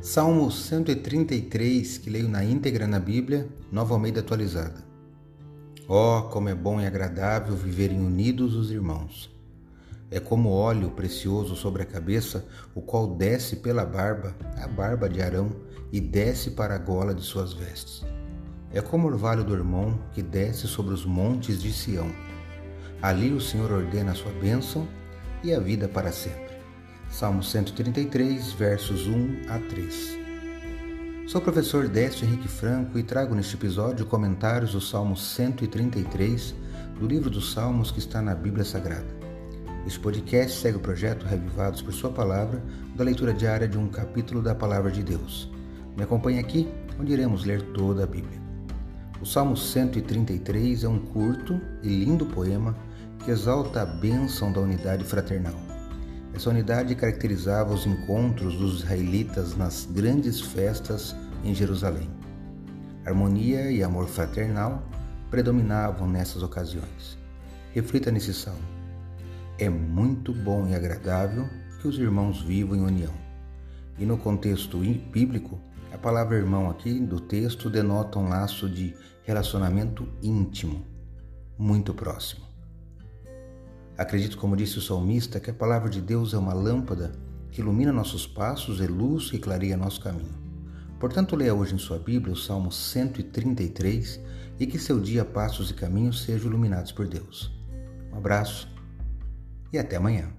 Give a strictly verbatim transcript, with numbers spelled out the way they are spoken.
Salmo cento e trinta e três, que leio na íntegra na Bíblia, Nova Almeida Atualizada. Oh, como é bom e agradável viverem unidos os irmãos. É como óleo precioso sobre a cabeça, o qual desce pela barba, a barba de Arão, e desce para a gola de suas vestes. É como o orvalho do irmão que desce sobre os montes de Sião. Ali o Senhor ordena a sua bênção e a vida para sempre. Salmo cento e trinta e três, versos um a três. Sou o professor Décio Henrique Franco e trago neste episódio comentários do Salmo cento e trinta e três, do livro dos Salmos que está na Bíblia Sagrada. Este podcast segue o projeto Revivados por Sua Palavra, da leitura diária de um capítulo da Palavra de Deus. Me acompanhe aqui, onde iremos ler toda a Bíblia. O Salmo cento e trinta e três é um curto e lindo poema que exalta a bênção da unidade fraternal. Essa unidade caracterizava os encontros dos israelitas nas grandes festas em Jerusalém. Harmonia e amor fraternal predominavam nessas ocasiões. Reflita nesse salmo. É muito bom e agradável que os irmãos vivam em união. E no contexto bíblico, a palavra irmão aqui do texto denota um laço de relacionamento íntimo, muito próximo. Acredito, como disse o salmista, que a palavra de Deus é uma lâmpada que ilumina nossos passos e luz que clareia nosso caminho. Portanto, leia hoje em sua Bíblia o Salmo cento e trinta e três e que seu dia, passos e caminhos sejam iluminados por Deus. Um abraço e até amanhã.